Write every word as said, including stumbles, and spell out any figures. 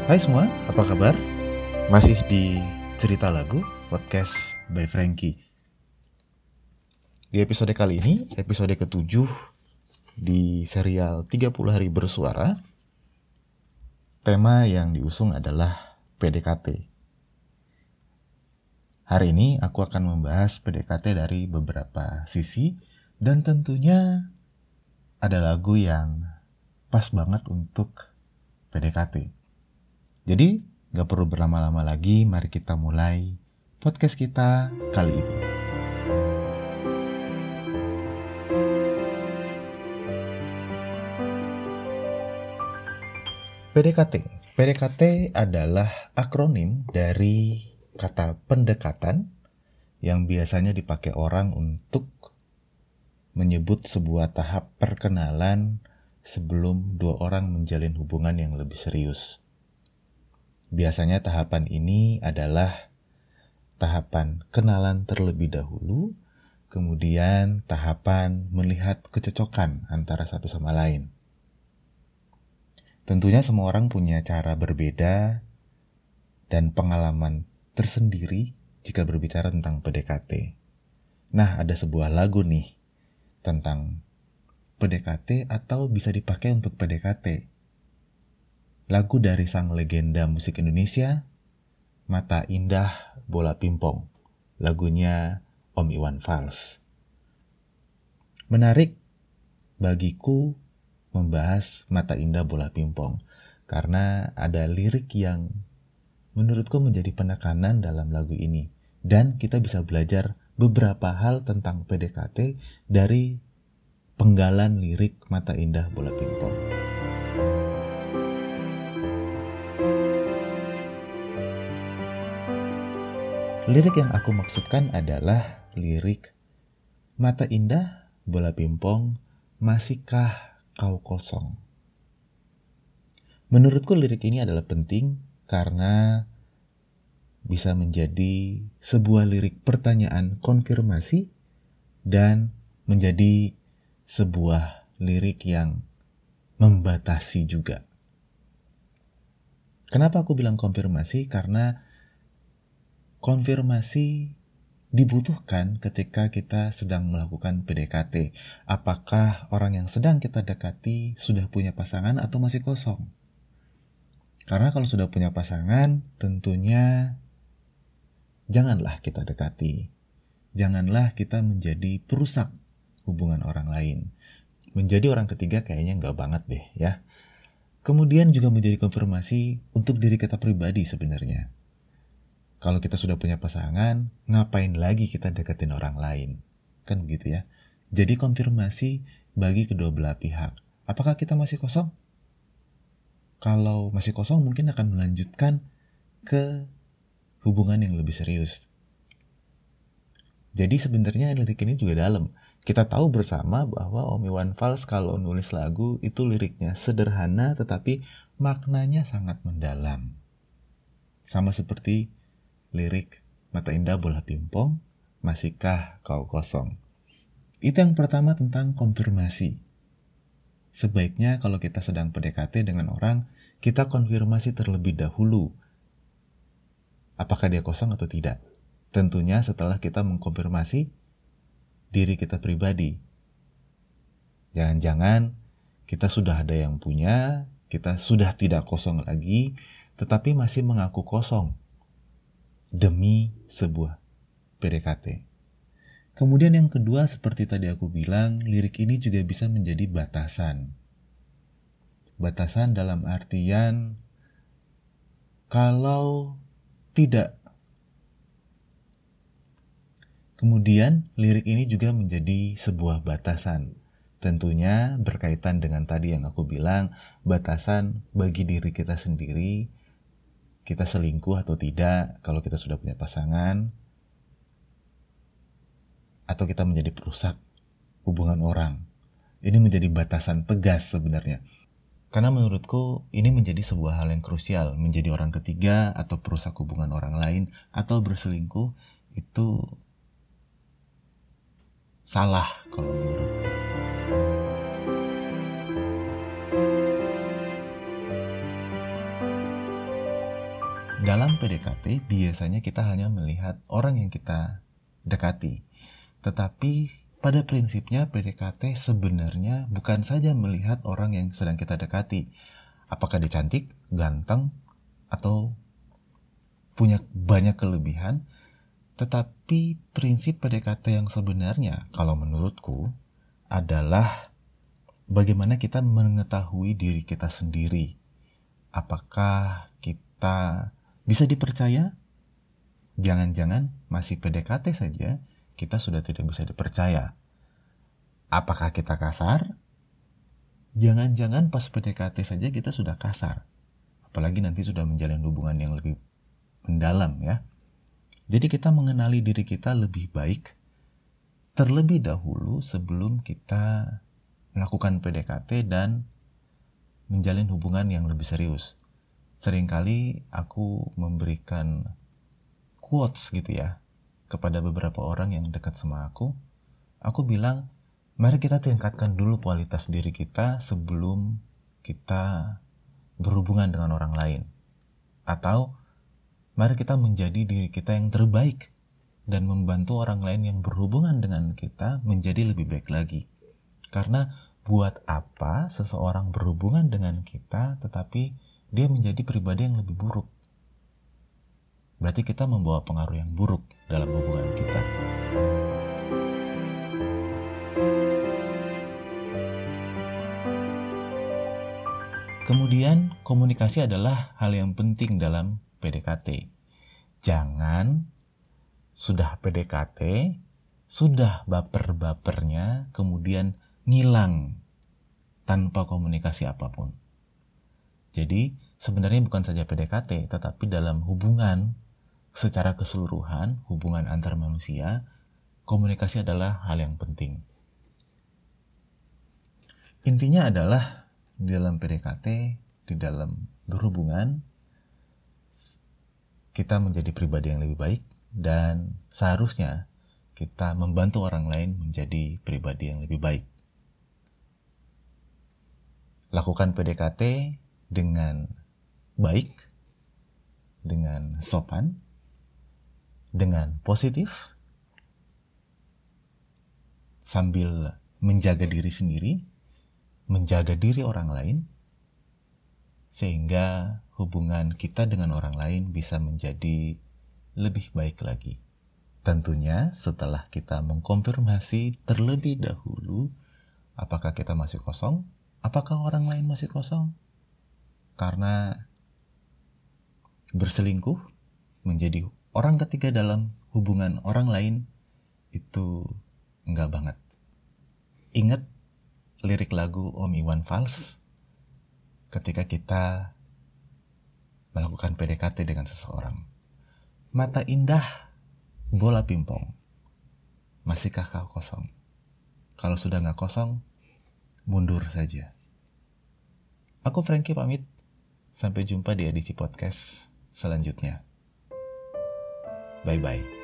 Hai semua, apa kabar? Masih di Cerita Lagu, podcast by Frankie. Di episode kali ini, episode ketujuh di serial tiga puluh Hari Bersuara, tema yang diusung adalah P D K T. Hari ini aku akan membahas P D K T dari beberapa sisi, dan tentunya ada lagu yang pas banget untuk P D K T. Jadi, gak perlu berlama-lama lagi, mari kita mulai podcast kita kali ini. P D K T. P D K T adalah akronim dari kata pendekatan yang biasanya dipakai orang untuk menyebut sebuah tahap perkenalan sebelum dua orang menjalin hubungan yang lebih serius. Biasanya tahapan ini adalah tahapan kenalan terlebih dahulu, kemudian tahapan melihat kecocokan antara satu sama lain. Tentunya semua orang punya cara berbeda dan pengalaman tersendiri jika berbicara tentang P D K T. Nah, ada sebuah lagu nih tentang P D K T atau bisa dipakai untuk P D K T. Lagu dari sang legenda musik Indonesia, Mata Indah Bola Pimpong. Lagunya Om Iwan Fals. Menarik bagiku membahas Mata Indah Bola Pimpong karena ada lirik yang menurutku menjadi penekanan dalam lagu ini. Dan kita bisa belajar beberapa hal tentang P D K T dari penggalan lirik Mata Indah Bola Pimpong. Lirik yang aku maksudkan adalah lirik Mata Indah Bola Pimpong, masihkah kau kosong? Menurutku lirik ini adalah penting karena bisa menjadi sebuah lirik pertanyaan konfirmasi dan menjadi sebuah lirik yang membatasi juga. Kenapa aku bilang konfirmasi? Karena konfirmasi dibutuhkan ketika kita sedang melakukan P D K T. Apakah orang yang sedang kita dekati sudah punya pasangan atau masih kosong? Karena kalau sudah punya pasangan, tentunya janganlah kita dekati. Janganlah kita menjadi perusak hubungan orang lain. Menjadi orang ketiga kayaknya nggak banget deh ya. Kemudian juga menjadi konfirmasi untuk diri kita pribadi sebenarnya. Kalau kita sudah punya pasangan, ngapain lagi kita deketin orang lain? Kan begitu ya. Jadi konfirmasi bagi kedua belah pihak. Apakah kita masih kosong? Kalau masih kosong mungkin akan melanjutkan ke hubungan yang lebih serius. Jadi sebenarnya lirik ini juga dalam. Kita tahu bersama bahwa Om Iwan Fals kalau nulis lagu itu liriknya sederhana tetapi maknanya sangat mendalam. Sama seperti lirik Mata Indah Bola Pimpong, masihkah kau kosong? Itu yang pertama tentang konfirmasi. Sebaiknya kalau kita sedang P D K T dengan orang, kita konfirmasi terlebih dahulu. Apakah dia kosong atau tidak? Tentunya setelah kita mengkonfirmasi diri kita pribadi. Jangan-jangan kita sudah ada yang punya, kita sudah tidak kosong lagi, tetapi masih mengaku kosong demi sebuah P D K T. Kemudian yang kedua, seperti tadi aku bilang, lirik ini juga bisa menjadi batasan. Batasan dalam artian kalau tidak. Kemudian lirik ini juga menjadi sebuah batasan. Tentunya berkaitan dengan tadi yang aku bilang, batasan bagi diri kita sendiri. Kita selingkuh atau tidak kalau kita sudah punya pasangan, atau kita menjadi perusak hubungan orang. Ini menjadi batasan tegas sebenarnya. Karena menurutku ini menjadi sebuah hal yang krusial. Menjadi orang ketiga atau perusak hubungan orang lain atau berselingkuh itu salah kalau menurutku. dalam P D K T biasanya kita hanya melihat orang yang kita dekati. Tetapi pada prinsipnya P D K T sebenarnya bukan saja melihat orang yang sedang kita dekati. Apakah dia cantik, ganteng, atau punya banyak kelebihan. Tetapi prinsip P D K T yang sebenarnya kalau menurutku adalah bagaimana kita mengetahui diri kita sendiri. Apakah kita bisa dipercaya? Jangan-jangan masih P D K T saja kita sudah tidak bisa dipercaya. Apakah kita kasar? Jangan-jangan pas P D K T saja kita sudah kasar. Apalagi nanti sudah menjalin hubungan yang lebih mendalam ya. Jadi kita mengenali diri kita lebih baik terlebih dahulu sebelum kita melakukan P D K T dan menjalin hubungan yang lebih serius. Seringkali aku memberikan quotes gitu ya kepada beberapa orang yang dekat sama aku. Aku bilang, mari kita tingkatkan dulu kualitas diri kita sebelum kita berhubungan dengan orang lain. Atau mari kita menjadi diri kita yang terbaik dan membantu orang lain yang berhubungan dengan kita menjadi lebih baik lagi. Karena buat apa seseorang berhubungan dengan kita tetapi dia menjadi pribadi yang lebih buruk? Berarti kita membawa pengaruh yang buruk dalam hubungan kita. Kemudian komunikasi adalah hal yang penting dalam P D K T. Jangan sudah P D K T, sudah baper-bapernya, kemudian ngilang tanpa komunikasi apapun. Jadi sebenarnya bukan saja P D K T, tetapi dalam hubungan secara keseluruhan, hubungan antar manusia, komunikasi adalah hal yang penting. Intinya adalah di dalam P D K T, di dalam berhubungan, kita menjadi pribadi yang lebih baik dan seharusnya kita membantu orang lain menjadi pribadi yang lebih baik. Lakukan P D K T dengan baik, dengan sopan, dengan positif, sambil menjaga diri sendiri, menjaga diri orang lain, sehingga hubungan kita dengan orang lain bisa menjadi lebih baik lagi. Tentunya setelah kita mengkonfirmasi terlebih dahulu apakah kita masih kosong, apakah orang lain masih kosong? Karena berselingkuh menjadi orang ketiga dalam hubungan orang lain itu enggak banget. Ingat lirik lagu Om Iwan Fals ketika kita melakukan P D K T dengan seseorang. Mata indah, bola pimpong. Masihkah kau kosong? Kalau sudah nggak kosong, mundur saja. Aku Frankie pamit. Sampai jumpa di edisi podcast selanjutnya. Bye-bye.